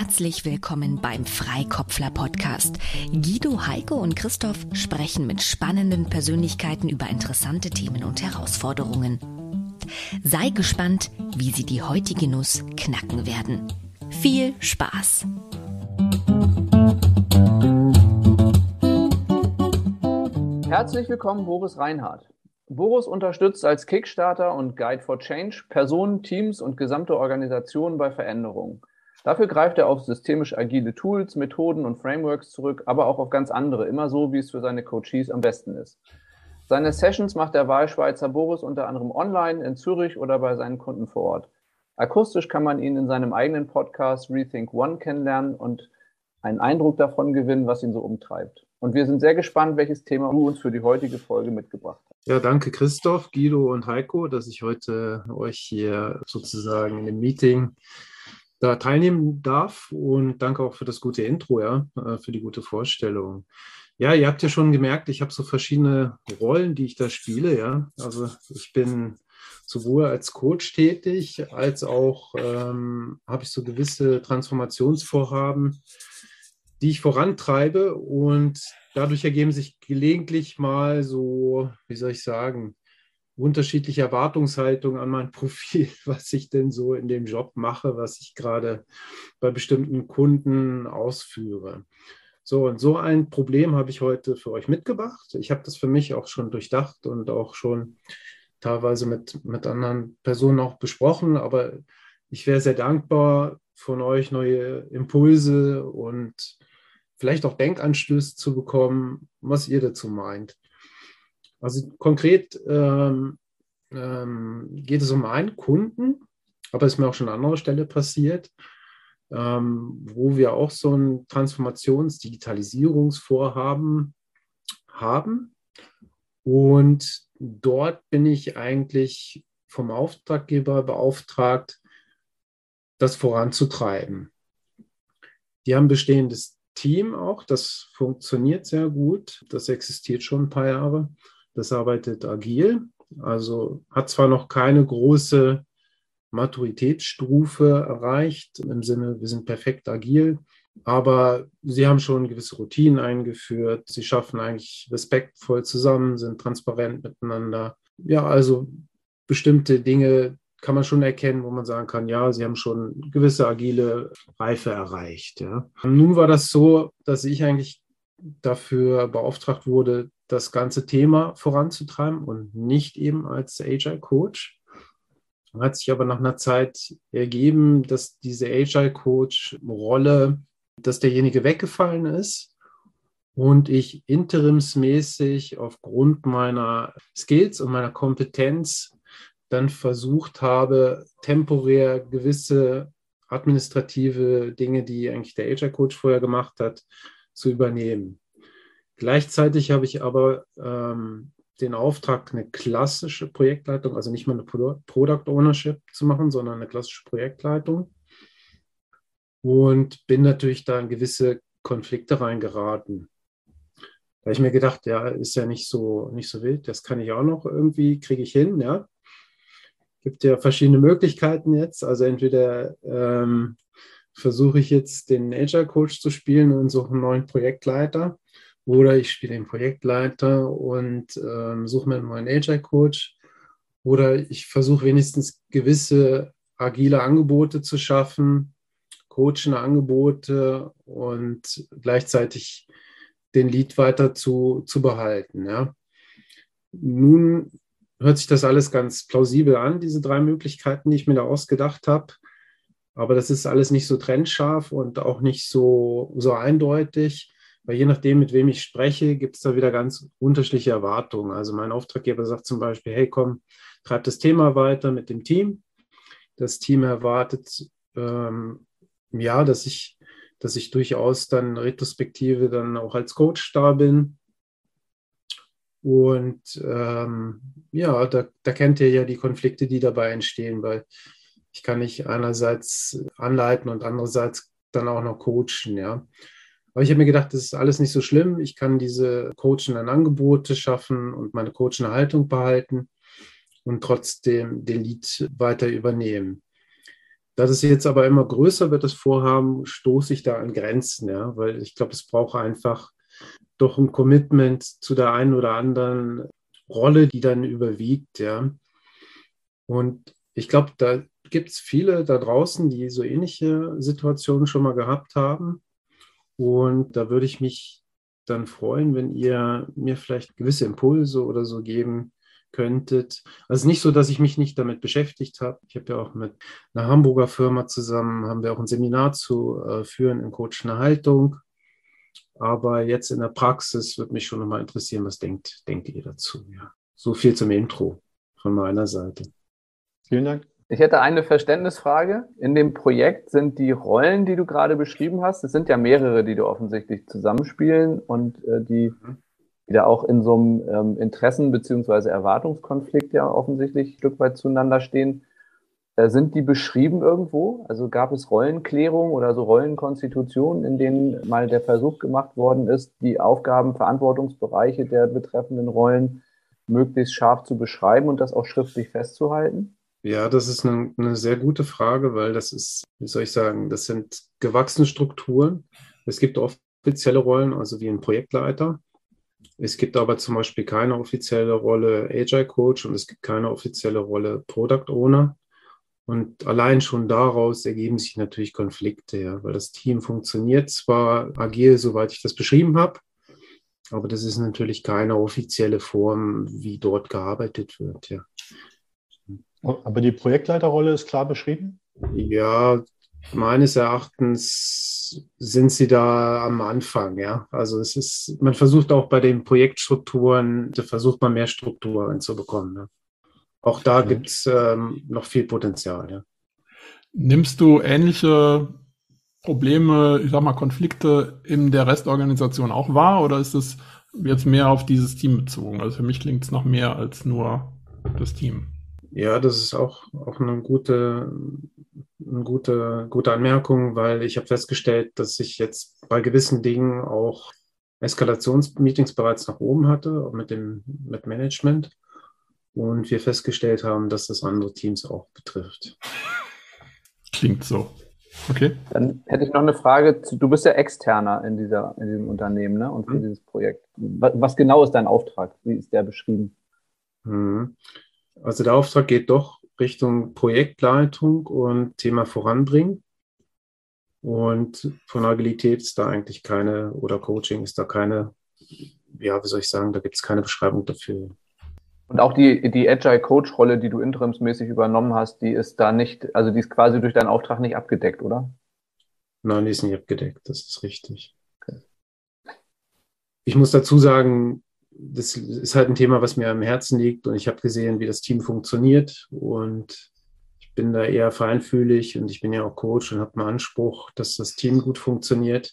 Herzlich willkommen beim Freikopfler-Podcast. Guido, Heiko und Christoph sprechen mit spannenden Persönlichkeiten über interessante Themen und Herausforderungen. Sei gespannt, wie sie die heutige Nuss knacken werden. Viel Spaß! Herzlich willkommen, Boris Reinhardt. Boris unterstützt als Kickstarter und Guide for Change Personen, Teams und gesamte Organisationen bei Veränderungen. Dafür greift er auf systemisch agile Tools, Methoden und Frameworks zurück, aber auch auf ganz andere, immer so, wie es für seine Coaches am besten ist. Seine Sessions macht der Wahlschweizer Boris unter anderem online in Zürich oder bei seinen Kunden vor Ort. Akustisch kann man ihn in seinem eigenen Podcast Rethink One kennenlernen und einen Eindruck davon gewinnen, was ihn so umtreibt. Und wir sind sehr gespannt, welches Thema du uns für die heutige Folge mitgebracht hast. Ja, danke Christoph, Guido und Heiko, dass ich heute euch hier sozusagen in dem Meeting da teilnehmen darf, und danke auch für das gute Intro, für die gute Vorstellung. Ja, ihr habt ja schon gemerkt, ich habe so verschiedene Rollen, die ich da spiele, ja. Also ich bin sowohl als Coach tätig, als auch habe ich so gewisse Transformationsvorhaben, die ich vorantreibe, und dadurch ergeben sich gelegentlich mal so, wie soll ich sagen, unterschiedliche Erwartungshaltungen an mein Profil, was ich denn so in dem Job mache, was ich gerade bei bestimmten Kunden ausführe. So, und so ein Problem habe ich heute für euch mitgebracht. Ich habe das für mich auch schon durchdacht und auch schon teilweise mit anderen Personen auch besprochen, aber ich wäre sehr dankbar, von euch neue Impulse und vielleicht auch Denkanstöße zu bekommen, was ihr dazu meint. Also konkret geht es um einen Kunden, aber es ist mir auch schon an anderer Stelle passiert, wo wir auch so ein Transformations-Digitalisierungsvorhaben haben. Und dort bin ich eigentlich vom Auftraggeber beauftragt, das voranzutreiben. Die haben ein bestehendes Team auch, das funktioniert sehr gut, das existiert schon ein paar Jahre, das arbeitet agil, also hat zwar noch keine große Maturitätsstufe erreicht, im Sinne, wir sind perfekt agil, aber sie haben schon gewisse Routinen eingeführt, sie schaffen eigentlich respektvoll zusammen, sind transparent miteinander. Ja, also bestimmte Dinge kann man schon erkennen, wo man sagen kann, ja, sie haben schon gewisse agile Reife erreicht. Ja. Nun war das so, dass ich eigentlich dafür beauftragt wurde, das ganze Thema voranzutreiben und nicht eben als Agile Coach. Hat sich aber nach einer Zeit ergeben, dass diese Agile Coach-Rolle, dass derjenige weggefallen ist und ich interimsmäßig aufgrund meiner Skills und meiner Kompetenz dann versucht habe, temporär gewisse administrative Dinge, die eigentlich der Agile Coach vorher gemacht hat, zu übernehmen. Gleichzeitig habe ich aber den Auftrag, eine klassische Projektleitung, also nicht mal eine Product Ownership zu machen, sondern eine klassische Projektleitung, und bin natürlich da in gewisse Konflikte reingeraten. Da habe ich mir gedacht, ja, ist ja nicht so wild, das kann ich auch noch irgendwie, kriege ich hin, ja. Gibt ja verschiedene Möglichkeiten jetzt. Also entweder versuche ich jetzt den Agile Coach zu spielen und suche einen neuen Projektleiter, oder ich spiele den Projektleiter und suche mir einen neuen Agile Coach, oder ich versuche wenigstens gewisse agile Angebote zu schaffen, coachende Angebote, und gleichzeitig den Lead weiter zu behalten. Ja. Nun hört sich das alles ganz plausibel an, diese drei Möglichkeiten, die ich mir da ausgedacht habe. Aber das ist alles nicht so trennscharf und auch nicht so eindeutig, weil je nachdem, mit wem ich spreche, gibt es da wieder ganz unterschiedliche Erwartungen. Also mein Auftraggeber sagt zum Beispiel, hey komm, treib das Thema weiter mit dem Team. Das Team erwartet, dass ich durchaus dann retrospektive dann auch als Coach da bin. Und da kennt ihr ja die Konflikte, die dabei entstehen, weil ich kann nicht einerseits anleiten und andererseits dann auch noch coachen, ja. Aber ich habe mir gedacht, das ist alles nicht so schlimm. Ich kann diese coachenden Angebote schaffen und meine coachende Haltung behalten und trotzdem den Lead weiter übernehmen. Da das jetzt aber immer größer wird, das Vorhaben, stoße ich da an Grenzen, ja, weil ich glaube, es braucht einfach doch ein Commitment zu der einen oder anderen Rolle, die dann überwiegt, ja. Und ich glaube, da gibt es viele da draußen, die so ähnliche Situationen schon mal gehabt haben. Und da würde ich mich dann freuen, wenn ihr mir vielleicht gewisse Impulse oder so geben könntet. Also nicht so, dass ich mich nicht damit beschäftigt habe. Ich habe ja auch mit einer Hamburger Firma zusammen, haben wir auch ein Seminar zu führen in coachender Haltung. Aber jetzt in der Praxis würde mich schon nochmal interessieren, was denkt ihr dazu? Ja. So viel zum Intro von meiner Seite. Vielen Dank. Ich hätte eine Verständnisfrage. In dem Projekt sind die Rollen, die du gerade beschrieben hast, es sind ja mehrere, die du offensichtlich zusammenspielen und die da auch in so einem Interessen- bzw. Erwartungskonflikt ja offensichtlich ein Stück weit zueinander stehen. Sind die beschrieben irgendwo? Also gab es Rollenklärung oder so Rollenkonstitutionen, in denen mal der Versuch gemacht worden ist, die Aufgaben, Verantwortungsbereiche der betreffenden Rollen möglichst scharf zu beschreiben und das auch schriftlich festzuhalten? Ja, das ist eine sehr gute Frage, weil das ist, wie soll ich sagen, das sind gewachsene Strukturen. Es gibt offizielle Rollen, also wie ein Projektleiter. Es gibt aber zum Beispiel keine offizielle Rolle Agile Coach und es gibt keine offizielle Rolle Product Owner. Und allein schon daraus ergeben sich natürlich Konflikte, ja, weil das Team funktioniert zwar agil, soweit ich das beschrieben habe, aber das ist natürlich keine offizielle Form, wie dort gearbeitet wird, ja. Aber die Projektleiterrolle ist klar beschrieben? Ja, meines Erachtens sind sie da am Anfang, ja. Also man versucht auch bei den Projektstrukturen, da versucht man mehr Struktur reinzubekommen. Ne? Auch da gibt es noch viel Potenzial, ja. Nimmst du ähnliche Probleme, ich sag mal Konflikte in der Restorganisation auch wahr oder ist es jetzt mehr auf dieses Team bezogen? Also für mich klingt es nach mehr als nur das Team. Ja, das ist auch eine gute Anmerkung, weil ich habe festgestellt, dass ich jetzt bei gewissen Dingen auch Eskalationsmeetings bereits nach oben hatte, mit Management. Und wir festgestellt haben, dass das andere Teams auch betrifft. Klingt so. Okay. Dann hätte ich noch eine Frage. Du bist ja Externer in diesem Unternehmen, ne? Und für dieses Projekt. Was genau ist dein Auftrag? Wie ist der beschrieben? Also der Auftrag geht doch Richtung Projektleitung und Thema voranbringen. Und von Agilität ist da eigentlich keine, oder Coaching ist da keine, ja, wie soll ich sagen, da gibt es keine Beschreibung dafür. Und auch die Agile Coach Rolle, die du interimsmäßig übernommen hast, die ist da nicht, also die ist quasi durch deinen Auftrag nicht abgedeckt, oder? Nein, die ist nicht abgedeckt, das ist richtig. Okay. Ich muss dazu sagen, das ist halt ein Thema, was mir am Herzen liegt und ich habe gesehen, wie das Team funktioniert und ich bin da eher feinfühlig und ich bin ja auch Coach und habe einen Anspruch, dass das Team gut funktioniert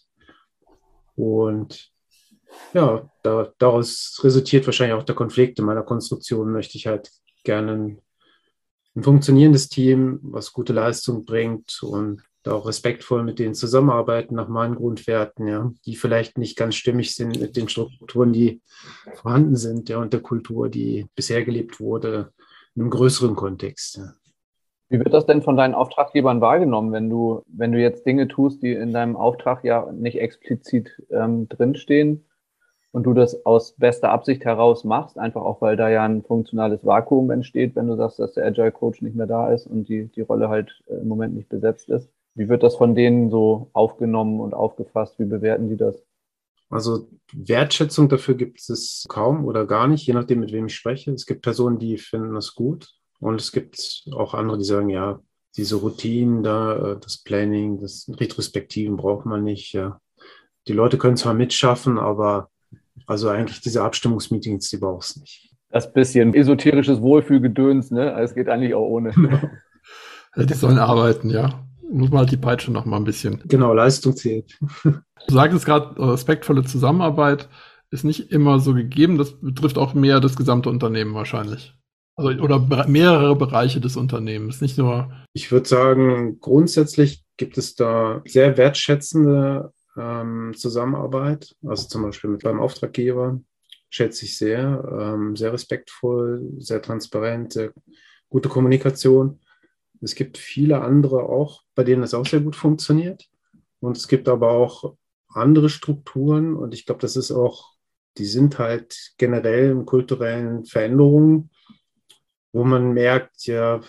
und ja, daraus resultiert wahrscheinlich auch der Konflikt. In meiner Konstruktion möchte ich halt gerne ein funktionierendes Team, was gute Leistung bringt und da auch respektvoll mit denen zusammenarbeiten nach meinen Grundwerten, ja, die vielleicht nicht ganz stimmig sind mit den Strukturen, die vorhanden sind, ja, und der Kultur, die bisher gelebt wurde, in einem größeren Kontext. Ja. Wie wird das denn von deinen Auftraggebern wahrgenommen, wenn du jetzt Dinge tust, die in deinem Auftrag ja nicht explizit drinstehen und du das aus bester Absicht heraus machst, einfach auch, weil da ja ein funktionales Vakuum entsteht, wenn du sagst, dass der Agile Coach nicht mehr da ist und die Rolle halt im Moment nicht besetzt ist? Wie wird das von denen so aufgenommen und aufgefasst? Wie bewerten die das? Also Wertschätzung dafür gibt es kaum oder gar nicht, je nachdem, mit wem ich spreche. Es gibt Personen, die finden das gut und es gibt auch andere, die sagen, ja, diese Routinen da, das Planning, das Retrospektiven braucht man nicht. Ja. Die Leute können zwar mitschaffen, aber also eigentlich diese Abstimmungsmeetings, die brauchst du nicht. Das bisschen esoterisches Wohlfühlgedöns, ne? Es geht eigentlich auch ohne. Die sollen arbeiten, ja. Muss man halt die Peitsche noch mal ein bisschen. Genau, Leistung zählt. Du sagtest gerade, respektvolle Zusammenarbeit ist nicht immer so gegeben. Das betrifft auch mehr das gesamte Unternehmen wahrscheinlich. Also, oder mehrere Bereiche des Unternehmens, nicht nur. Ich würde sagen, grundsätzlich gibt es da sehr wertschätzende Zusammenarbeit. Also zum Beispiel mit meinem Auftraggeber schätze ich sehr respektvoll, sehr transparent, sehr gute Kommunikation. Es gibt viele andere auch, bei denen das auch sehr gut funktioniert. Und es gibt aber auch andere Strukturen. Und ich glaube, die sind halt generell in kulturellen Veränderungen, wo man merkt, ja,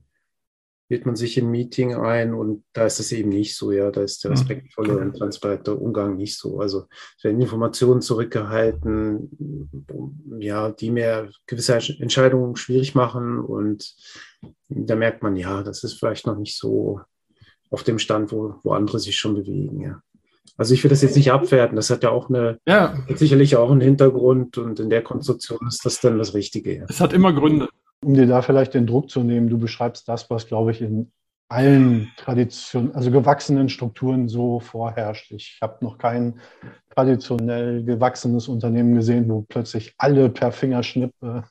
wählt man sich im Meeting ein und da ist es eben nicht so, ja, da ist der respektvolle und transparente Umgang nicht so. Also es werden Informationen zurückgehalten, ja, die mir gewisse Entscheidungen schwierig machen und da merkt man, ja, das ist vielleicht noch nicht so auf dem Stand, wo andere sich schon bewegen, ja. Also ich will das jetzt nicht abwerten, das hat ja auch sicherlich auch einen Hintergrund und in der Konstruktion ist das dann das Richtige. Ja. Es hat immer Gründe. Um dir da vielleicht den Druck zu nehmen, du beschreibst das, was, glaube ich, in allen also gewachsenen Strukturen so vorherrscht. Ich habe noch kein traditionell gewachsenes Unternehmen gesehen, wo plötzlich alle per Fingerschnipp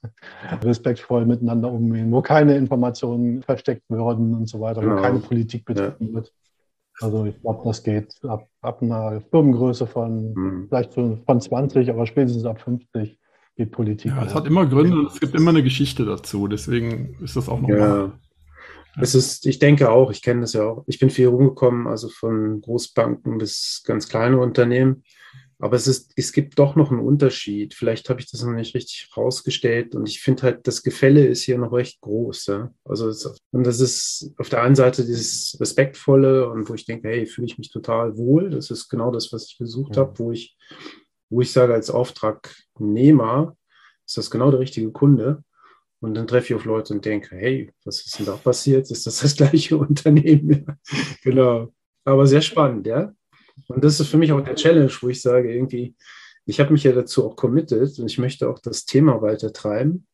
respektvoll miteinander umgehen, wo keine Informationen versteckt würden und so weiter, wo keine Politik betrieben wird. Also ich glaube, das geht ab einer Firmengröße vielleicht von 20, aber spätestens ab 50 geht Politik. Ja, es hat immer Gründe und es gibt immer eine Geschichte dazu. Deswegen ist das auch normal. Ja. Ich denke auch, ich kenne das ja auch. Ich bin viel rumgekommen, also von Großbanken bis ganz kleine Unternehmen. Aber es gibt doch noch einen Unterschied. Vielleicht habe ich das noch nicht richtig rausgestellt. Und ich finde halt, das Gefälle ist hier noch recht groß. Ja? Und das ist auf der einen Seite dieses Respektvolle und wo ich denke, hey, fühle ich mich total wohl. Das ist genau das, was ich gesucht habe, wo ich sage, als Auftragnehmer ist das genau der richtige Kunde. Und dann treffe ich auf Leute und denke, hey, was ist denn da passiert? Ist das gleiche Unternehmen? Ja, genau. Aber sehr spannend, ja. Und das ist für mich auch der Challenge, wo ich sage, irgendwie, ich habe mich ja dazu auch committed und ich möchte auch das Thema weitertreiben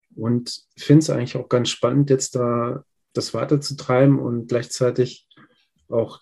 und finde es eigentlich auch ganz spannend, jetzt da das weiterzutreiben und gleichzeitig auch,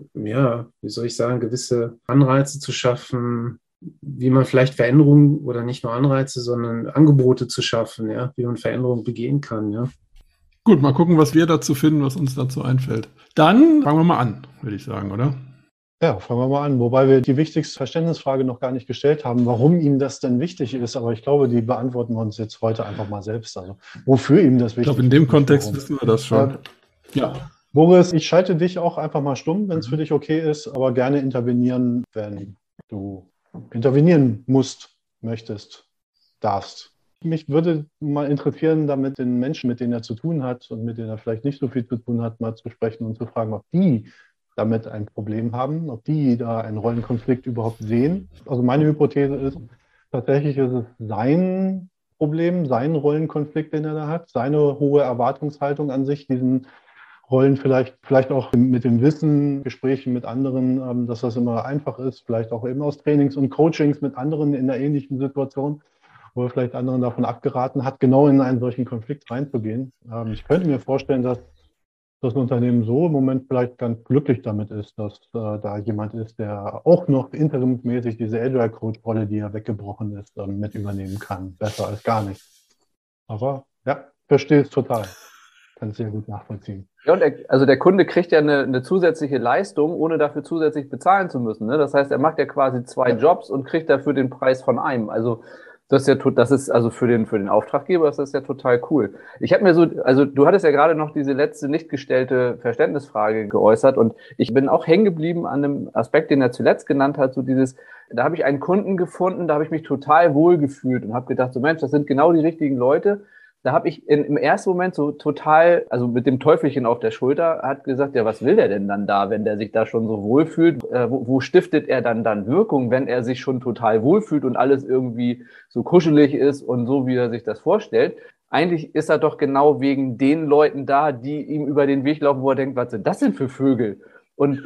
ja, wie soll ich sagen, gewisse Anreize zu schaffen, wie man vielleicht Veränderungen oder nicht nur Anreize, sondern Angebote zu schaffen, ja, wie man Veränderungen begehen kann, ja. Gut, mal gucken, was wir dazu finden, was uns dazu einfällt. Dann fangen wir mal an, würde ich sagen, oder? Ja, fangen wir mal an. Wobei wir die wichtigste Verständnisfrage noch gar nicht gestellt haben, warum ihm das denn wichtig ist. Aber ich glaube, die beantworten wir uns jetzt heute einfach mal selbst. Also, wofür ihm das wichtig ist. Ich glaube, in dem Kontext wissen wir das schon. Ja. Boris, ich schalte dich auch einfach mal stumm, wenn es für dich okay ist, aber gerne intervenieren, wenn du intervenieren möchtest, darfst. Mich würde mal interessieren, da mit den Menschen, mit denen er zu tun hat und mit denen er vielleicht nicht so viel zu tun hat, mal zu sprechen und zu fragen, ob die damit ein Problem haben, ob die da einen Rollenkonflikt überhaupt sehen. Also meine Hypothese ist, tatsächlich ist es sein Problem, sein Rollenkonflikt, den er da hat, seine hohe Erwartungshaltung an sich, diesen Rollen vielleicht auch mit dem Wissen, Gesprächen mit anderen, dass das immer einfach ist, vielleicht auch eben aus Trainings und Coachings mit anderen in einer ähnlichen Situation, wo er vielleicht anderen davon abgeraten hat, genau in einen solchen Konflikt reinzugehen. Ich könnte mir vorstellen, dass das Unternehmen so im Moment vielleicht ganz glücklich damit ist, dass da jemand ist, der auch noch interimsmäßig diese Agile-Coach-Rolle, die ja weggebrochen ist, mit übernehmen kann. Besser als gar nicht. Aber ja, verstehe es total. Kann es sehr gut nachvollziehen. Ja, und der Kunde kriegt ja eine zusätzliche Leistung, ohne dafür zusätzlich bezahlen zu müssen. Ne? Das heißt, er macht ja quasi 2 Jobs und kriegt dafür den Preis von einem. Also das ist also für den Auftraggeber ist das ja total cool. Ich habe mir also du hattest ja gerade noch diese letzte nicht gestellte Verständnisfrage geäußert und ich bin auch hängen geblieben an einem Aspekt, den er zuletzt genannt hat, da habe ich einen Kunden gefunden, da habe ich mich total wohl gefühlt und habe gedacht, so Mensch, das sind genau die richtigen Leute. Da habe ich im ersten Moment so total, also mit dem Teufelchen auf der Schulter, hat gesagt, ja, was will der denn dann da, wenn der sich da schon so wohlfühlt? Wo stiftet er dann Wirkung, wenn er sich schon total wohlfühlt und alles irgendwie so kuschelig ist und so, wie er sich das vorstellt? Eigentlich ist er doch genau wegen den Leuten da, die ihm über den Weg laufen, wo er denkt, was sind das denn für Vögel? Und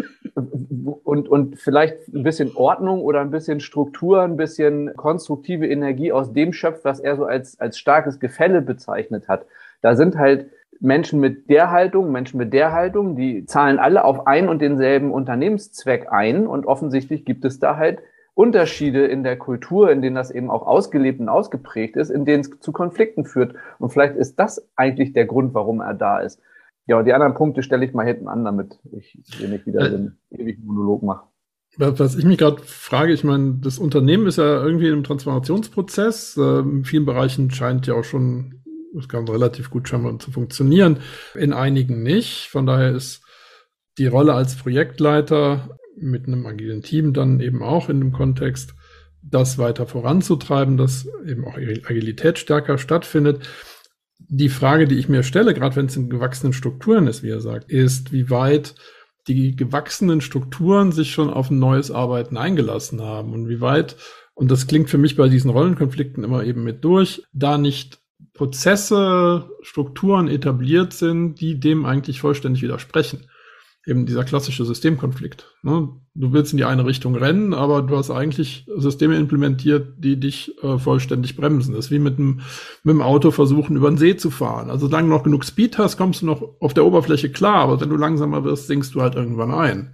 vielleicht ein bisschen Ordnung oder ein bisschen Struktur, ein bisschen konstruktive Energie aus dem schöpft, was er so als starkes Gefälle bezeichnet hat. Da sind halt Menschen mit der Haltung, die zahlen alle auf einen und denselben Unternehmenszweck ein und offensichtlich gibt es da halt Unterschiede in der Kultur, in denen das eben auch ausgelebt und ausgeprägt ist, in denen es zu Konflikten führt. Und vielleicht ist das eigentlich der Grund, warum er da ist. Ja, und die anderen Punkte stelle ich mal hinten an, damit ich hier nicht wieder den ewigen Monolog mache. Was ich mich gerade frage, ich meine, das Unternehmen ist ja irgendwie in einem Transformationsprozess. In vielen Bereichen scheint ja auch schon es kann relativ gut scheinbar zu funktionieren, in einigen nicht. Von daher ist die Rolle als Projektleiter mit einem agilen Team dann eben auch in dem Kontext, das weiter voranzutreiben, dass eben auch Agilität stärker stattfindet. Die Frage, die ich mir stelle, gerade wenn es in gewachsenen Strukturen ist, wie er sagt, ist, wie weit die gewachsenen Strukturen sich schon auf ein neues Arbeiten eingelassen haben und wie weit, und das klingt für mich bei diesen Rollenkonflikten immer eben mit durch, da nicht Prozesse, Strukturen etabliert sind, die dem eigentlich vollständig widersprechen. Eben dieser klassische Systemkonflikt. Ne? Du willst in die eine Richtung rennen, aber du hast eigentlich Systeme implementiert, die dich vollständig bremsen. Das ist wie mit dem Auto versuchen, über den See zu fahren. Also solange du noch genug Speed hast, kommst du noch auf der Oberfläche klar, aber wenn du langsamer wirst, sinkst du halt irgendwann ein.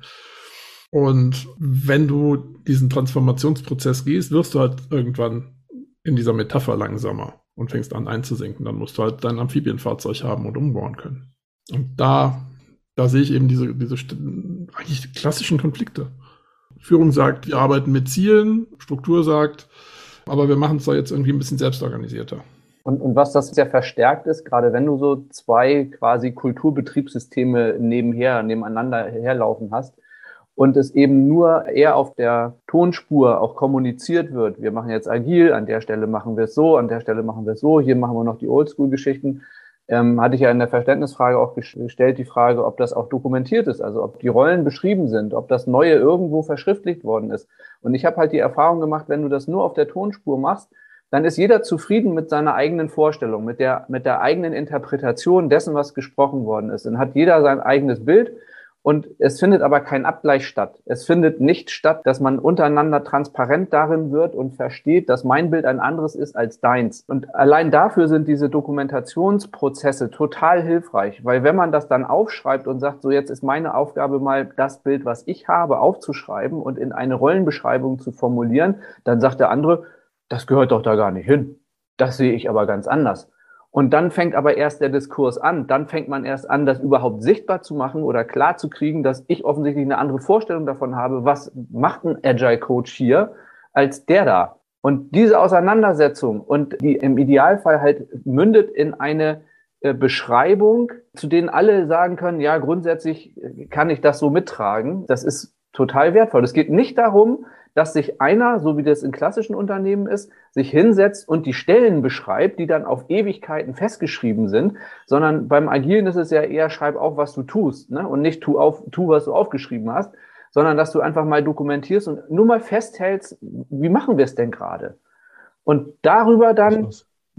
Und wenn du diesen Transformationsprozess gehst, wirst du halt irgendwann in dieser Metapher langsamer und fängst an einzusinken. Dann musst du halt dein Amphibienfahrzeug haben und umbauen können. Und da sehe ich eben diese eigentlich klassischen Konflikte. Führung sagt, wir arbeiten mit Zielen, Struktur sagt, aber wir machen es da jetzt irgendwie ein bisschen selbstorganisierter. Und was das sehr verstärkt ist, gerade wenn du so zwei quasi Kulturbetriebssysteme nebeneinander herlaufen hast und es eben nur eher auf der Tonspur auch kommuniziert wird. Wir machen jetzt agil, an der Stelle machen wir es so, an der Stelle machen wir es so, hier machen wir noch die Oldschool-Geschichten. Hatte ich ja in der Verständnisfrage auch gestellt, die Frage, ob das auch dokumentiert ist, also ob die Rollen beschrieben sind, ob das Neue irgendwo verschriftlicht worden ist. Und ich habe halt die Erfahrung gemacht, wenn du das nur auf der Tonspur machst, dann ist jeder zufrieden mit seiner eigenen Vorstellung, mit der eigenen Interpretation dessen, was gesprochen worden ist. Dann hat jeder sein eigenes Bild. Und es findet aber kein Abgleich statt. Es findet nicht statt, dass man untereinander transparent darin wird und versteht, dass mein Bild ein anderes ist als deins. Und allein dafür sind diese Dokumentationsprozesse total hilfreich, weil wenn man das dann aufschreibt und sagt, so jetzt ist meine Aufgabe mal das Bild, was ich habe, aufzuschreiben und in eine Rollenbeschreibung zu formulieren, dann sagt der andere, das gehört doch da gar nicht hin. Das sehe ich aber ganz anders. Und dann fängt aber erst der Diskurs an. Dann fängt man erst an, das überhaupt sichtbar zu machen oder klar zu kriegen, dass ich offensichtlich eine andere Vorstellung davon habe, was macht ein Agile Coach hier als der da. Und diese Auseinandersetzung und die im Idealfall halt mündet in eine Beschreibung, zu denen alle sagen können, ja, grundsätzlich kann ich das so mittragen. Das ist total wertvoll. Es geht nicht darum, dass sich einer, so wie das in klassischen Unternehmen ist, sich hinsetzt und die Stellen beschreibt, die dann auf Ewigkeiten festgeschrieben sind, sondern beim Agilen ist es ja eher, schreib auf, was du tust, ne? Und nicht tu, was du aufgeschrieben hast, sondern dass du einfach mal dokumentierst und nur mal festhältst, wie machen wir es denn gerade? Und darüber dann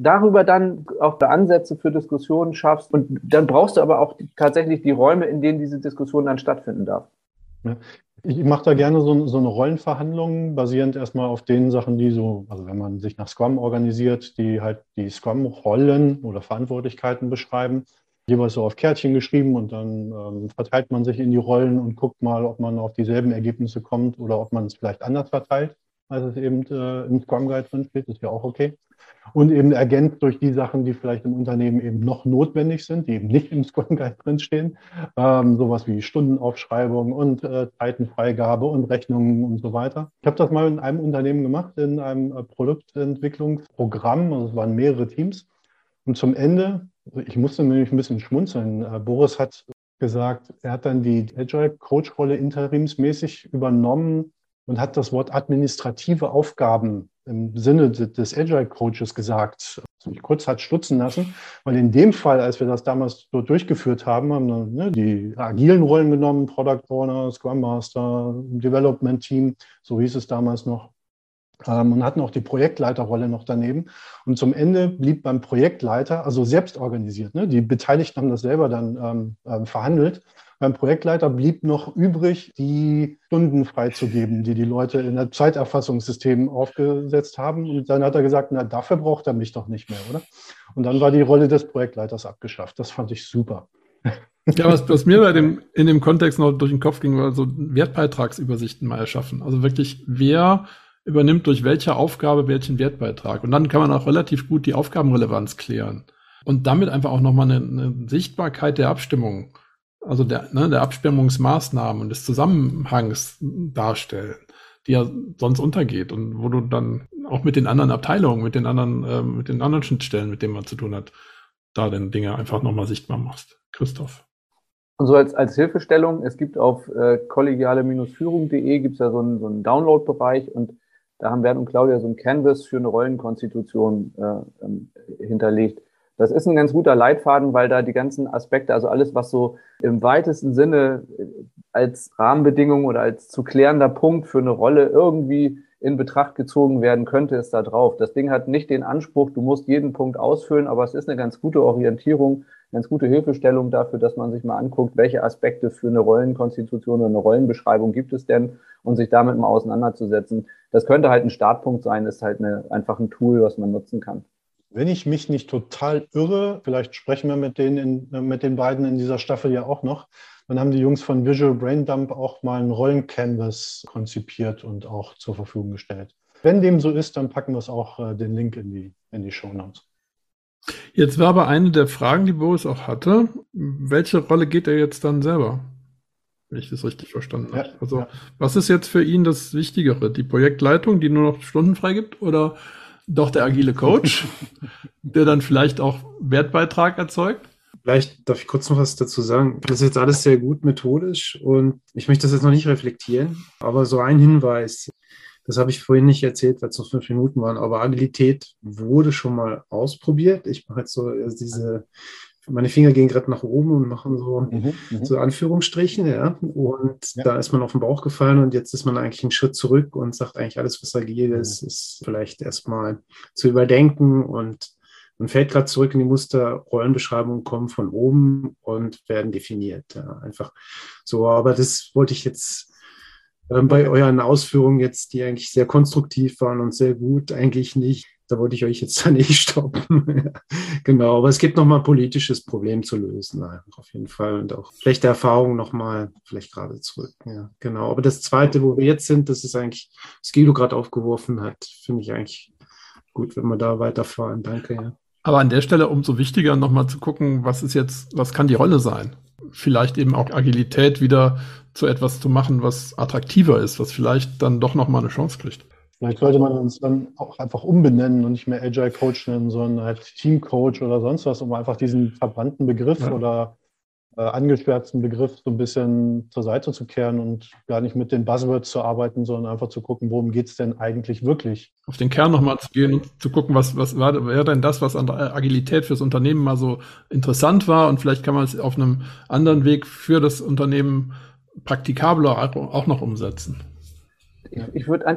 auch Ansätze für Diskussionen schaffst und dann brauchst du aber auch tatsächlich die Räume, in denen diese Diskussion dann stattfinden darf. Ja. Ich mache da gerne so eine Rollenverhandlung, basierend erstmal auf den Sachen, die so, also wenn man sich nach Scrum organisiert, die halt die Scrum-Rollen oder Verantwortlichkeiten beschreiben, jeweils so auf Kärtchen geschrieben und dann verteilt man sich in die Rollen und guckt mal, ob man auf dieselben Ergebnisse kommt oder ob man es vielleicht anders verteilt, als es eben im Scrum Guide drin steht, ist ja auch okay. Und eben ergänzt durch die Sachen, die vielleicht im Unternehmen eben noch notwendig sind, die eben nicht im Scrum Guide drinstehen. Sowas wie Stundenaufschreibung und Zeitenfreigabe und Rechnungen und so weiter. Ich habe das mal in einem Unternehmen gemacht, in einem Produktentwicklungsprogramm. Also es waren mehrere Teams. Und zum Ende, ich musste nämlich ein bisschen schmunzeln. Boris hat gesagt, er hat dann die Agile-Coach-Rolle interimsmäßig übernommen und hat das Wort administrative Aufgaben im Sinne des Agile-Coaches gesagt, was mich kurz hat stutzen lassen, weil in dem Fall, als wir das damals so durchgeführt haben, haben wir die agilen Rollen genommen, Product Owner, Scrum Master, Development Team, so hieß es damals noch, und hatten auch die Projektleiterrolle noch daneben. Und zum Ende blieb beim Projektleiter, also selbst organisiert, ne? Die Beteiligten haben das selber dann verhandelt. Beim Projektleiter blieb noch übrig, die Stunden freizugeben, die Leute in der Zeiterfassungssystem aufgesetzt haben. Und dann hat er gesagt, na, dafür braucht er mich doch nicht mehr, oder? Und dann war die Rolle des Projektleiters abgeschafft. Das fand ich super. Ja, was mir in dem Kontext noch durch den Kopf ging, war so Wertbeitragsübersichten mal erschaffen. Also wirklich, wer übernimmt durch welche Aufgabe welchen Wertbeitrag. Und dann kann man auch relativ gut die Aufgabenrelevanz klären. Und damit einfach auch nochmal eine Sichtbarkeit der Abstimmung, also der Abstimmungsmaßnahmen und des Zusammenhangs darstellen, die ja sonst untergeht und wo du dann auch mit den anderen Abteilungen, mit den anderen Schnittstellen, mit denen man zu tun hat, da denn Dinge einfach nochmal sichtbar machst. Christoph. Und so als Hilfestellung, es gibt auf kollegiale-führung.de gibt es ja so einen Download-Bereich und da haben Bernd und Claudia so ein Canvas für eine Rollenkonstitution hinterlegt. Das ist ein ganz guter Leitfaden, weil da die ganzen Aspekte, also alles, was so im weitesten Sinne als Rahmenbedingung oder als zu klärender Punkt für eine Rolle irgendwie in Betracht gezogen werden könnte, ist da drauf. Das Ding hat nicht den Anspruch, du musst jeden Punkt ausfüllen, aber es ist eine ganz gute Orientierung, ganz gute Hilfestellung dafür, dass man sich mal anguckt, welche Aspekte für eine Rollenkonstitution oder eine Rollenbeschreibung gibt es denn und sich damit mal auseinanderzusetzen. Das könnte halt ein Startpunkt sein, ist halt einfach ein Tool, was man nutzen kann. Wenn ich mich nicht total irre, vielleicht sprechen wir mit den beiden in dieser Staffel ja auch noch, dann haben die Jungs von Visual Braindump auch mal einen Rollencanvas konzipiert und auch zur Verfügung gestellt. Wenn dem so ist, dann packen wir es auch den Link in die Shownotes. Jetzt war aber eine der Fragen, die Boris auch hatte, welche Rolle geht er jetzt dann selber? Wenn ich das richtig verstanden habe. Also, was ist jetzt für ihn das Wichtigere? Die Projektleitung, die nur noch Stunden freigibt, oder doch der agile Coach, der dann vielleicht auch Wertbeitrag erzeugt? Vielleicht darf ich kurz noch was dazu sagen. Das ist jetzt alles sehr gut methodisch und ich möchte das jetzt noch nicht reflektieren, aber so ein Hinweis, das habe ich vorhin nicht erzählt, weil es noch 5 Minuten waren, aber Agilität wurde schon mal ausprobiert. Ich mache jetzt so meine Finger gehen gerade nach oben und machen so Anführungsstrichen, ja. Und da ist man auf den Bauch gefallen und jetzt ist man eigentlich einen Schritt zurück und sagt eigentlich, alles, was agil ist, ist vielleicht erstmal zu überdenken und man fällt gerade zurück in die Muster, Rollenbeschreibungen kommen von oben und werden definiert. Ja, einfach so, aber das wollte ich jetzt bei euren Ausführungen jetzt, die eigentlich sehr konstruktiv waren und sehr gut, eigentlich nicht. Da wollte ich euch jetzt da nicht stoppen. Genau, aber es gibt nochmal ein politisches Problem zu lösen, auf jeden Fall. Und auch schlechte Erfahrungen nochmal vielleicht gerade zurück. Ja, genau. Aber das Zweite, wo wir jetzt sind, das ist eigentlich, was Guido gerade aufgeworfen hat, finde ich eigentlich gut, wenn wir da weiterfahren. Danke, ja. Aber an der Stelle umso wichtiger, nochmal zu gucken, was kann die Rolle sein? Vielleicht eben auch Agilität wieder zu etwas zu machen, was attraktiver ist, was vielleicht dann doch nochmal eine Chance kriegt. Vielleicht sollte man uns dann auch einfach umbenennen und nicht mehr Agile Coach nennen, sondern halt Team Coach oder sonst was, um einfach diesen verbrannten Begriff oder angeschwärzten Begriff so ein bisschen zur Seite zu kehren und gar nicht mit den Buzzwords zu arbeiten, sondern einfach zu gucken, worum geht es denn eigentlich wirklich? Auf den Kern nochmal zu gehen und zu gucken, was wäre denn das, was an der Agilität fürs Unternehmen mal so interessant war, und vielleicht kann man es auf einem anderen Weg für das Unternehmen praktikabler auch noch umsetzen. Ich würde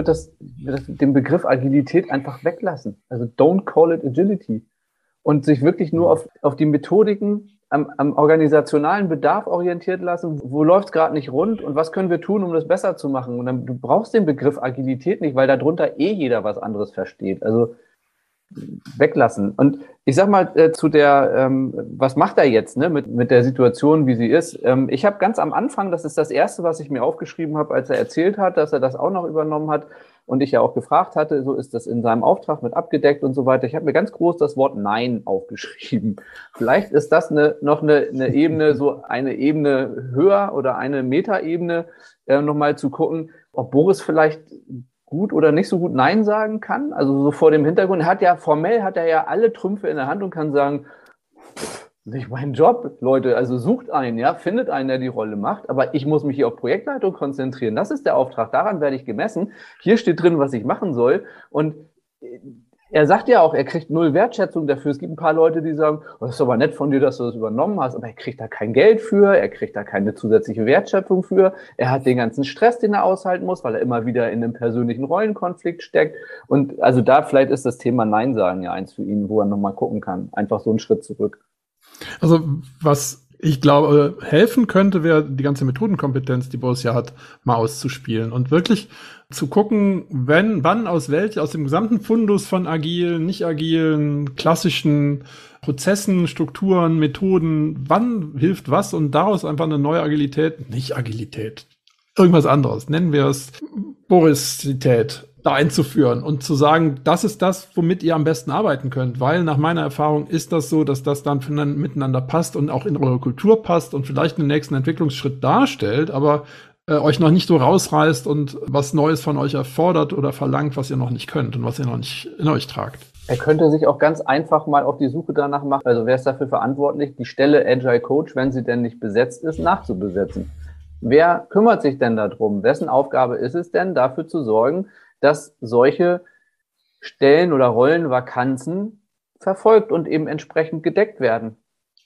den Begriff Agilität einfach weglassen. Also don't call it Agility. Und sich wirklich nur auf die Methodiken am organisationalen Bedarf orientiert lassen. Wo läuft es gerade nicht rund und was können wir tun, um das besser zu machen? Und dann, du brauchst den Begriff Agilität nicht, weil darunter jeder was anderes versteht. Also weglassen. Und ich sag mal zu der, was macht er jetzt, ne, mit der Situation, wie sie ist? Ich habe ganz am Anfang, das ist das Erste, was ich mir aufgeschrieben habe, als er erzählt hat, dass er das auch noch übernommen hat und ich ja auch gefragt hatte, so ist das in seinem Auftrag mit abgedeckt und so weiter. Ich habe mir ganz groß das Wort Nein aufgeschrieben. Vielleicht ist das noch eine Ebene, so eine Ebene höher oder eine Metaebene, nochmal zu gucken, ob Boris vielleicht gut oder nicht so gut Nein sagen kann. Also so vor dem Hintergrund, formell hat er ja alle Trümpfe in der Hand und kann sagen, nicht mein Job, Leute, also sucht einen, ja, findet einen, der die Rolle macht, aber ich muss mich hier auf Projektleitung konzentrieren. Das ist der Auftrag, daran werde ich gemessen. Hier steht drin, was ich machen soll, und er sagt ja auch, er kriegt 0 Wertschätzung dafür. Es gibt ein paar Leute, die sagen, oh, das ist aber nett von dir, dass du das übernommen hast, aber er kriegt da kein Geld für, er kriegt da keine zusätzliche Wertschöpfung für, er hat den ganzen Stress, den er aushalten muss, weil er immer wieder in einem persönlichen Rollenkonflikt steckt. Und also da vielleicht ist das Thema Nein sagen ja eins für ihn, wo er nochmal gucken kann. Einfach so einen Schritt zurück. Also was ich glaube, helfen könnte, wäre die ganze Methodenkompetenz, die Boris ja hat, mal auszuspielen und wirklich zu gucken, wann aus dem gesamten Fundus von agilen, nicht agilen, klassischen Prozessen, Strukturen, Methoden, wann hilft was, und daraus einfach eine neue Agilität, nicht Agilität, irgendwas anderes, nennen wir es Borisität, da einzuführen und zu sagen, das ist das, womit ihr am besten arbeiten könnt, weil nach meiner Erfahrung ist das so, dass das dann miteinander passt und auch in eure Kultur passt und vielleicht einen nächsten Entwicklungsschritt darstellt, aber euch noch nicht so rausreißt und was Neues von euch erfordert oder verlangt, was ihr noch nicht könnt und was ihr noch nicht in euch tragt. Er könnte sich auch ganz einfach mal auf die Suche danach machen, also wer ist dafür verantwortlich, die Stelle Agile Coach, wenn sie denn nicht besetzt ist, nachzubesetzen. Wer kümmert sich denn darum? Wessen Aufgabe ist es denn, dafür zu sorgen, dass solche Stellen oder Rollenvakanzen verfolgt und eben entsprechend gedeckt werden?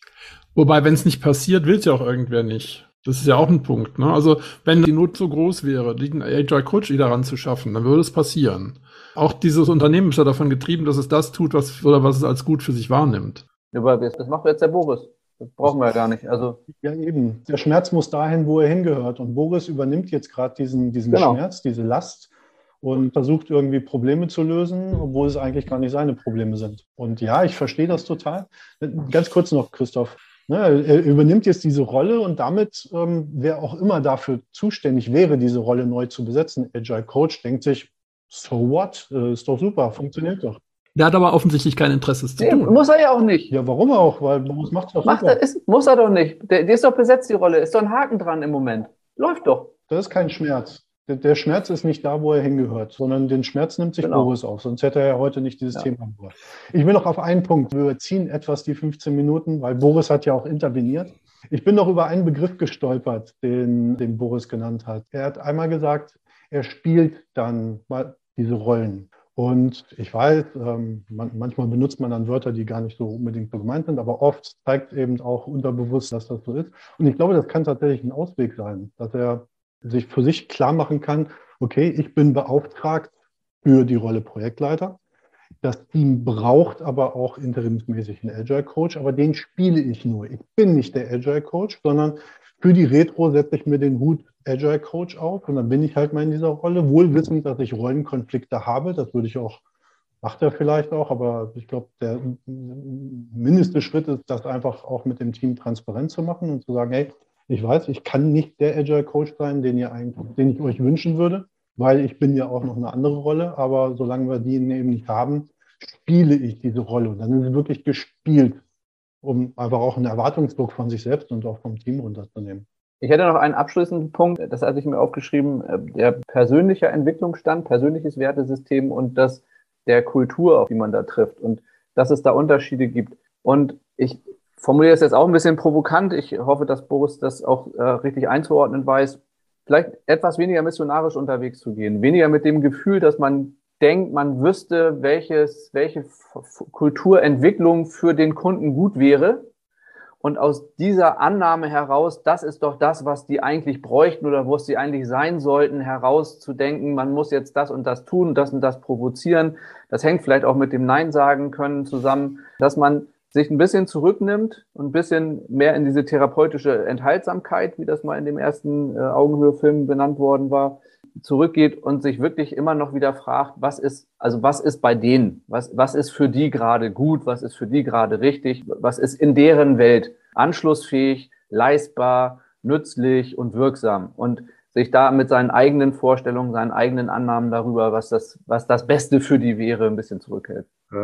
Wobei, wenn es nicht passiert, will es ja auch irgendwer nicht. Das ist ja auch ein Punkt. Ne? Also wenn die Not so groß wäre, den Agile Coach daran zu schaffen, dann würde es passieren. Auch dieses Unternehmen ist ja davon getrieben, dass es das tut, was es als gut für sich wahrnimmt. Aber das macht jetzt der Boris. Das brauchen wir ja gar nicht. Also Ja, eben. Der Schmerz muss dahin, wo er hingehört. Und Boris übernimmt jetzt gerade diesen Genau. Schmerz, diese Last und versucht irgendwie Probleme zu lösen, obwohl es eigentlich gar nicht seine Probleme sind. Und ja, ich verstehe das total. Ganz kurz noch, Christoph. Ne, er übernimmt jetzt diese Rolle und damit, wer auch immer dafür zuständig wäre, diese Rolle neu zu besetzen, Agile Coach, denkt sich, so what? Ist doch super, funktioniert doch. Der hat aber offensichtlich kein Interesse, es zu nee, tun. muss er ja auch nicht. Ja, warum auch? Weil Boris macht es doch super. Muss er doch nicht. Die ist doch besetzt, die Rolle. Ist doch ein Haken dran im Moment. Läuft doch. Das ist kein Schmerz. Der Schmerz ist nicht da, wo er hingehört, sondern den Schmerz nimmt sich Boris auf. Sonst hätte er ja heute nicht dieses Thema gebracht. Ich will noch auf einen Punkt. Wir überziehen etwas die 15 Minuten, weil Boris hat ja auch interveniert. Ich bin noch über einen Begriff gestolpert, den Boris genannt hat. Er hat einmal gesagt, er spielt dann mal diese Rollen. Und ich weiß, manchmal benutzt man dann Wörter, die gar nicht so unbedingt so gemeint sind, aber oft zeigt eben auch unterbewusst, dass das so ist. Und ich glaube, das kann tatsächlich ein Ausweg sein, dass er sich für sich klar machen kann, okay, ich bin beauftragt für die Rolle Projektleiter. Das Team braucht aber auch interimsmäßig einen Agile Coach, aber den spiele ich nur. Ich bin nicht der Agile Coach, sondern für die Retro setze ich mir den Hut Agile Coach auf und dann bin ich halt mal in dieser Rolle, wohl wissend, dass ich Rollenkonflikte habe. Das würde ich auch, macht er vielleicht auch, aber ich glaube, der mindeste Schritt ist, das einfach auch mit dem Team transparent zu machen und zu sagen, hey, ich weiß, ich kann nicht der Agile Coach sein, den ich euch wünschen würde, weil ich bin ja auch noch eine andere Rolle, aber solange wir die eben nicht haben, spiele ich diese Rolle. Und dann ist es wirklich gespielt, um einfach auch einen Erwartungsdruck von sich selbst und auch vom Team runterzunehmen. Ich hätte noch einen abschließenden Punkt, das hatte ich mir aufgeschrieben, der persönliche Entwicklungsstand, persönliches Wertesystem und das der Kultur, auf die man da trifft und dass es da Unterschiede gibt. Und ich formuliere es jetzt auch ein bisschen provokant. Ich hoffe, dass Boris das auch richtig einzuordnen weiß. Vielleicht etwas weniger missionarisch unterwegs zu gehen. Weniger mit dem Gefühl, dass man denkt, man wüsste, welche Kulturentwicklung für den Kunden gut wäre. Und aus dieser Annahme heraus, das ist doch das, was die eigentlich bräuchten oder wo sie eigentlich sein sollten, herauszudenken, man muss jetzt das und das tun, das und das provozieren. Das hängt vielleicht auch mit dem Nein sagen können zusammen, dass man sich ein bisschen zurücknimmt und ein bisschen mehr in diese therapeutische Enthaltsamkeit, wie das mal in dem ersten Augenhöhe-Film benannt worden war, zurückgeht und sich wirklich immer noch wieder fragt, was ist bei denen? Was ist für die gerade gut? Was ist für die gerade richtig? Was ist in deren Welt anschlussfähig, leistbar, nützlich und wirksam? Und sich da mit seinen eigenen Vorstellungen, seinen eigenen Annahmen darüber, was das Beste für die wäre, ein bisschen zurückhält.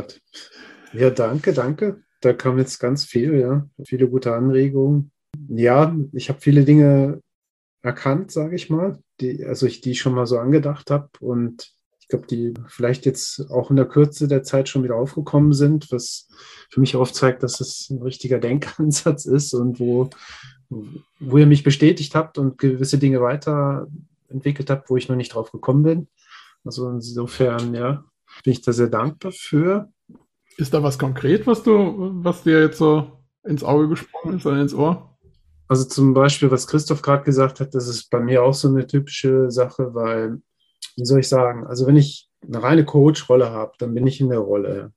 Ja, danke. Da kam jetzt ganz viel, ja. Viele gute Anregungen. Ja, ich habe viele Dinge erkannt, sage ich mal, die ich schon mal so angedacht habe und ich glaube, die vielleicht jetzt auch in der Kürze der Zeit schon wieder aufgekommen sind, was für mich aufzeigt, dass es ein richtiger Denkansatz ist und wo ihr mich bestätigt habt und gewisse Dinge weiterentwickelt habt, wo ich noch nicht drauf gekommen bin. Also insofern, ja, bin ich da sehr dankbar für. Ist da was konkret, was dir jetzt so ins Auge gesprungen ist oder ins Ohr? Also zum Beispiel, was Christoph gerade gesagt hat, das ist bei mir auch so eine typische Sache, weil, wie soll ich sagen, also wenn ich eine reine Coach-Rolle habe, dann bin ich in der Rolle.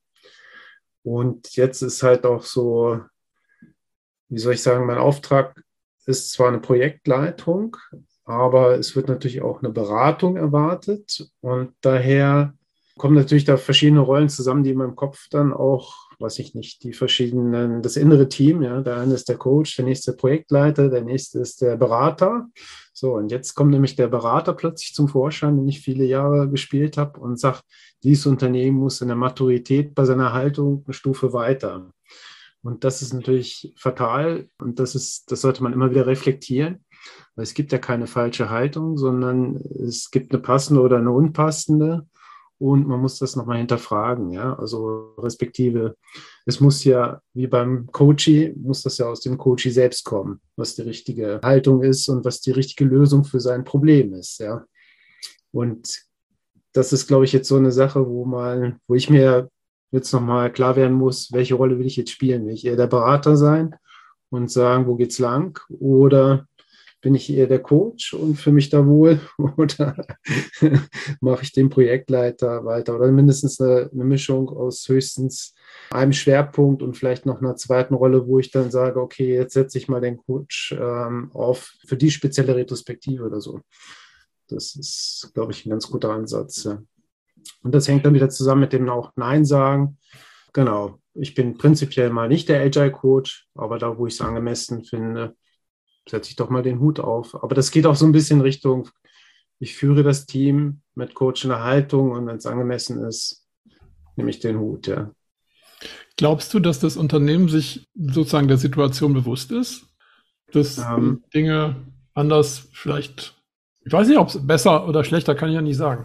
Und jetzt ist halt auch so, wie soll ich sagen, mein Auftrag ist zwar eine Projektleitung, aber es wird natürlich auch eine Beratung erwartet und daher kommen natürlich da verschiedene Rollen zusammen, die in meinem Kopf dann auch, weiß ich nicht, das innere Team, ja, der eine ist der Coach, der nächste der Projektleiter, der nächste ist der Berater. So, und jetzt kommt nämlich der Berater plötzlich zum Vorschein, den ich viele Jahre gespielt habe und sagt, dieses Unternehmen muss in der Maturität bei seiner Haltung eine Stufe weiter. Und das ist natürlich fatal und das sollte man immer wieder reflektieren, weil es gibt ja keine falsche Haltung, sondern es gibt eine passende oder eine unpassende. und man muss das nochmal hinterfragen, ja, also respektive, es muss ja, wie beim Coachee, muss das ja aus dem Coachee selbst kommen, was die richtige Haltung ist und was die richtige Lösung für sein Problem ist, ja. Und das ist, glaube ich, jetzt so eine Sache, wo ich mir jetzt nochmal klar werden muss, welche Rolle will ich jetzt spielen? Will ich eher der Berater sein und sagen, wo geht's lang? Oder bin ich eher der Coach und fühle mich da wohl? Oder mache ich den Projektleiter weiter? Oder mindestens eine Mischung aus höchstens einem Schwerpunkt und vielleicht noch einer zweiten Rolle, wo ich dann sage, okay, jetzt setze ich mal den Coach auf für die spezielle Retrospektive oder so. Das ist, glaube ich, ein ganz guter Ansatz. Ja. Und das hängt dann wieder zusammen mit dem auch Nein sagen. Genau, ich bin prinzipiell mal nicht der Agile-Coach, aber da, wo ich es angemessen finde, setze ich doch mal den Hut auf. Aber das geht auch so ein bisschen Richtung, ich führe das Team mit coachender Haltung und wenn es angemessen ist, nehme ich den Hut, ja. Glaubst du, dass das Unternehmen sich sozusagen der Situation bewusst ist, dass Dinge anders vielleicht, ich weiß nicht, ob es besser oder schlechter, kann ich ja nicht sagen,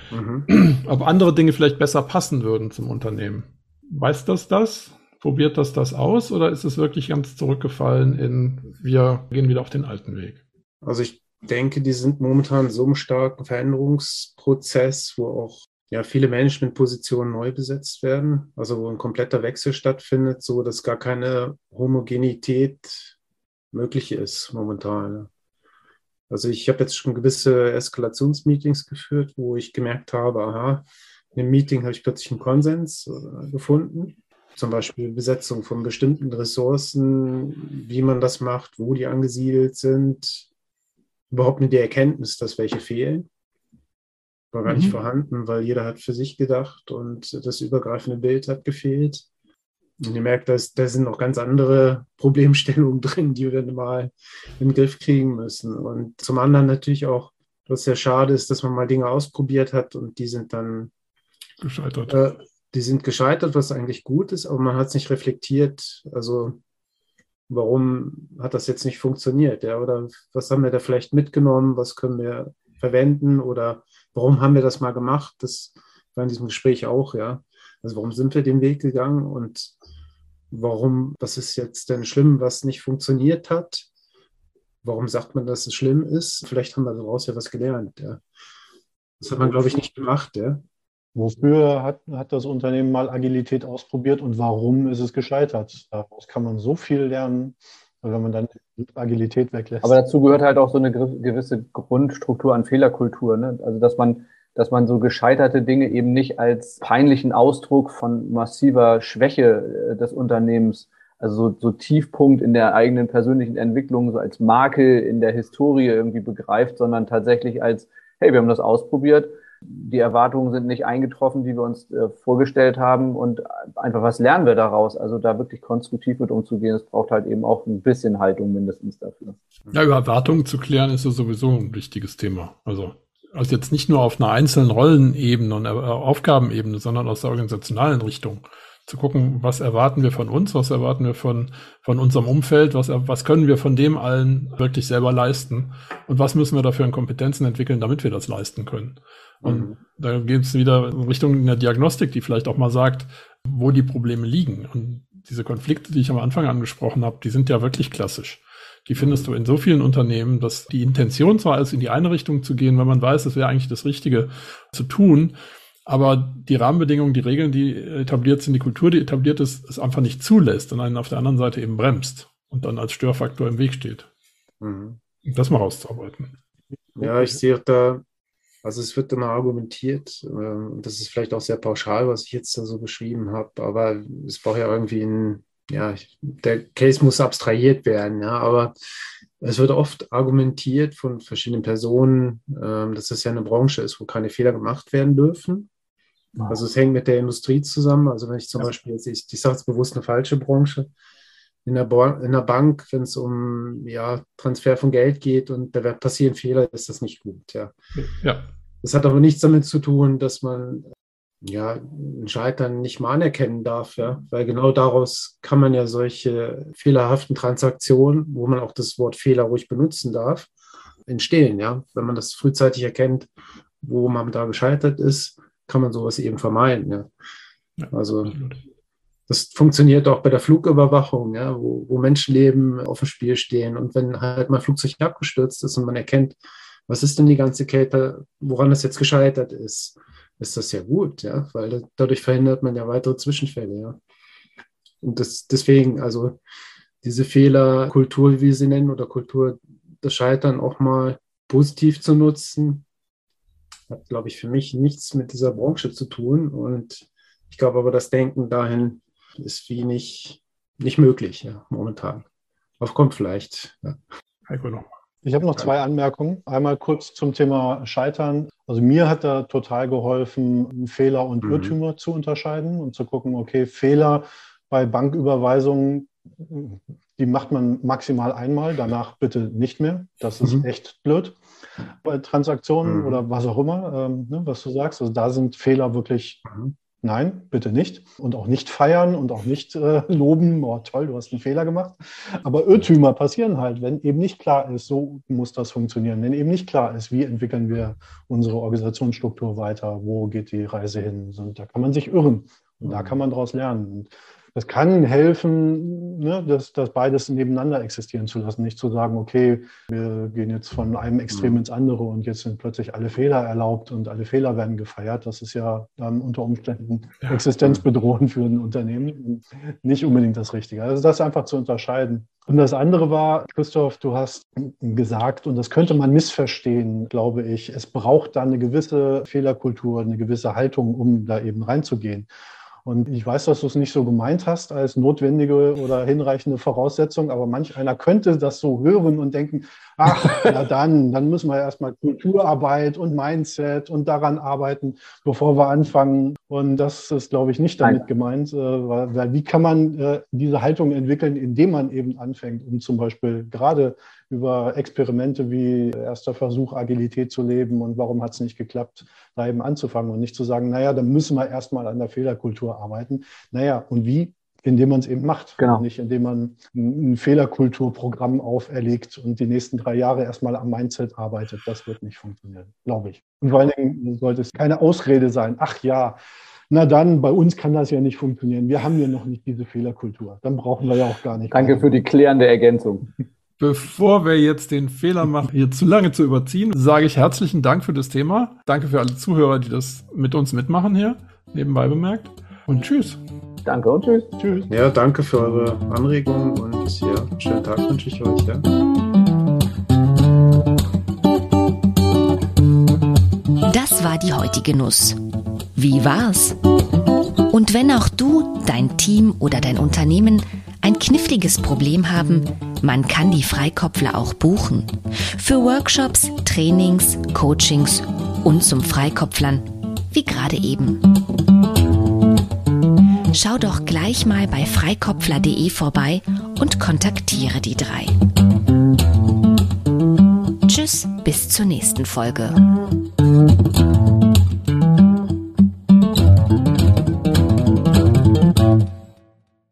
ob andere Dinge vielleicht besser passen würden zum Unternehmen? Weiß das? Probiert das aus oder ist es wirklich ganz zurückgefallen in, wir gehen wieder auf den alten Weg? Also ich denke, die sind momentan in so einem starken Veränderungsprozess, wo auch viele Managementpositionen neu besetzt werden, also wo ein kompletter Wechsel stattfindet, so dass gar keine Homogenität möglich ist momentan. Also ich habe jetzt schon gewisse Eskalationsmeetings geführt, wo ich gemerkt habe, aha, in dem Meeting habe ich plötzlich einen Konsens gefunden. Zum Beispiel Besetzung von bestimmten Ressourcen, wie man das macht, wo die angesiedelt sind. Überhaupt nicht die Erkenntnis, dass welche fehlen. War gar nicht vorhanden, weil jeder hat für sich gedacht und das übergreifende Bild hat gefehlt. Und ihr merkt, da sind noch ganz andere Problemstellungen drin, die wir dann mal im Griff kriegen müssen. Und zum anderen natürlich auch, was sehr schade ist, dass man mal Dinge ausprobiert hat und die sind dann gescheitert. Die sind gescheitert, was eigentlich gut ist, aber man hat es nicht reflektiert. Also warum hat das jetzt nicht funktioniert? Ja? Oder was haben wir da vielleicht mitgenommen? Was können wir verwenden? Oder warum haben wir das mal gemacht? Das war in diesem Gespräch auch, ja. Also warum sind wir den Weg gegangen und was ist jetzt denn schlimm, was nicht funktioniert hat? Warum sagt man, dass es schlimm ist? Vielleicht haben wir daraus ja was gelernt, ja. Das hat man, glaube ich, nicht gemacht, ja. Wofür hat das Unternehmen mal Agilität ausprobiert und warum ist es gescheitert? Daraus kann man so viel lernen, wenn man dann Agilität weglässt. Aber dazu gehört halt auch so eine gewisse Grundstruktur an Fehlerkultur, ne? Also dass man so gescheiterte Dinge eben nicht als peinlichen Ausdruck von massiver Schwäche des Unternehmens, also so Tiefpunkt in der eigenen persönlichen Entwicklung, so als Makel in der Historie irgendwie begreift, sondern tatsächlich als, hey, wir haben das ausprobiert, die Erwartungen sind nicht eingetroffen, die wir uns vorgestellt haben und einfach, was lernen wir daraus? Also da wirklich konstruktiv mit umzugehen, es braucht halt eben auch ein bisschen Haltung mindestens dafür. Ja, über Erwartungen zu klären ist ja sowieso ein wichtiges Thema. Also jetzt nicht nur auf einer einzelnen Rollenebene und Aufgabenebene, sondern aus der organisationalen Richtung. Zu gucken, was erwarten wir von uns, was erwarten wir von unserem Umfeld, was können wir von dem allen wirklich selber leisten und was müssen wir dafür in Kompetenzen entwickeln, damit wir das leisten können. Und da geht es wieder in Richtung der Diagnostik, die vielleicht auch mal sagt, wo die Probleme liegen. Und diese Konflikte, die ich am Anfang angesprochen habe, die sind ja wirklich klassisch. Die findest du in so vielen Unternehmen, dass die Intention zwar ist, in die eine Richtung zu gehen, weil man weiß, es wäre eigentlich das Richtige zu tun, aber die Rahmenbedingungen, die Regeln, die etabliert sind, die Kultur, die etabliert ist, es einfach nicht zulässt und einen auf der anderen Seite eben bremst und dann als Störfaktor im Weg steht. Und das mal rauszuarbeiten. Ja, ich sehe da, also es wird immer argumentiert, und das ist vielleicht auch sehr pauschal, was ich jetzt da so beschrieben habe, aber es braucht ja irgendwie der Case muss abstrahiert werden, ja, aber es wird oft argumentiert von verschiedenen Personen, dass das ja eine Branche ist, wo keine Fehler gemacht werden dürfen. Also es hängt mit der Industrie zusammen. Also wenn ich zum Beispiel jetzt, ich sage jetzt bewusst eine falsche Branche, in der Bank, wenn es um Transfer von Geld geht und da passieren Fehler, ist das nicht gut. Ja. Das hat aber nichts damit zu tun, dass man ein Scheitern nicht mal anerkennen darf, ja, weil genau daraus kann man ja solche fehlerhaften Transaktionen, wo man auch das Wort Fehler ruhig benutzen darf, entstehen, ja, wenn man das frühzeitig erkennt, wo man da gescheitert ist, kann man sowas eben vermeiden. Ja. Ja, also absolut. das funktioniert auch bei der Flugüberwachung, ja, wo Menschenleben auf dem Spiel stehen. Und wenn halt mal ein Flugzeug abgestürzt ist und man erkennt, was ist denn die ganze Kette, woran es jetzt gescheitert ist das ja gut, ja, weil dadurch verhindert man ja weitere Zwischenfälle, ja. Und deswegen, also diese Fehlerkultur, wie wir sie nennen, oder Kultur des Scheitern auch mal positiv zu nutzen, hat, glaube ich, für mich nichts mit dieser Branche zu tun. Und ich glaube aber, das Denken dahin ist wie nicht möglich, ja, momentan. Aber kommt vielleicht. Ja. Heiko noch. Ich habe noch 2 Anmerkungen. Einmal kurz zum Thema Scheitern. Also mir hat da total geholfen, Fehler und Irrtümer zu unterscheiden und zu gucken, okay, Fehler bei Banküberweisungen, die macht man maximal einmal, danach bitte nicht mehr. Das ist echt blöd. Bei Transaktionen oder was auch immer, was du sagst, also da sind Fehler wirklich, nein, bitte nicht. Und auch nicht feiern und auch nicht loben, oh toll, du hast einen Fehler gemacht. Aber Irrtümer passieren halt, wenn eben nicht klar ist, so muss das funktionieren. Wenn eben nicht klar ist, wie entwickeln wir unsere Organisationsstruktur weiter, wo geht die Reise hin. Und da kann man sich irren und da kann man daraus lernen. Und das kann helfen, ne, das beides nebeneinander existieren zu lassen. Nicht zu sagen, okay, wir gehen jetzt von einem Extrem ins andere und jetzt sind plötzlich alle Fehler erlaubt und alle Fehler werden gefeiert. Das ist ja dann unter Umständen existenzbedrohend für ein Unternehmen und nicht unbedingt das Richtige. Also das einfach zu unterscheiden. Und das andere war, Christoph, du hast gesagt, und das könnte man missverstehen, glaube ich, es braucht da eine gewisse Fehlerkultur, eine gewisse Haltung, um da eben reinzugehen. Und ich weiß, dass du es nicht so gemeint hast als notwendige oder hinreichende Voraussetzung, aber manch einer könnte das so hören und denken, ach, ja dann müssen wir erstmal Kulturarbeit und Mindset und daran arbeiten, bevor wir anfangen. Und das ist, glaube ich, nicht damit gemeint, weil wie kann man diese Haltung entwickeln, indem man eben anfängt, um zum Beispiel gerade über Experimente wie erster Versuch, Agilität zu leben und warum hat es nicht geklappt, da eben anzufangen und nicht zu sagen, naja, dann müssen wir erstmal an der Fehlerkultur arbeiten. Naja, und wie? Indem man es eben macht. Genau. Nicht indem man ein Fehlerkulturprogramm auferlegt und die nächsten 3 Jahre erstmal am Mindset arbeitet. Das wird nicht funktionieren, glaube ich. Und vor allen Dingen sollte es keine Ausrede sein. Ach ja, na dann, bei uns kann das ja nicht funktionieren. Wir haben ja noch nicht diese Fehlerkultur. Dann brauchen wir ja auch gar nicht. Danke für die klärende Ergänzung. Bevor wir jetzt den Fehler machen, hier zu lange zu überziehen, sage ich herzlichen Dank für das Thema. Danke für alle Zuhörer, die das mit uns mitmachen hier, nebenbei bemerkt. Und tschüss. Danke und tschüss. Tschüss. Ja, danke für eure Anregungen und ja, einen schönen Tag wünsche ich euch. Ja. Das war die heutige Nuss. Wie war's? Und wenn auch du, dein Team oder dein Unternehmen ein kniffliges Problem haben, man kann die Freikopfler auch buchen. Für Workshops, Trainings, Coachings und zum Freikopflern, wie gerade eben. Schau doch gleich mal bei freikopfler.de vorbei und kontaktiere die 3. Tschüss, bis zur nächsten Folge.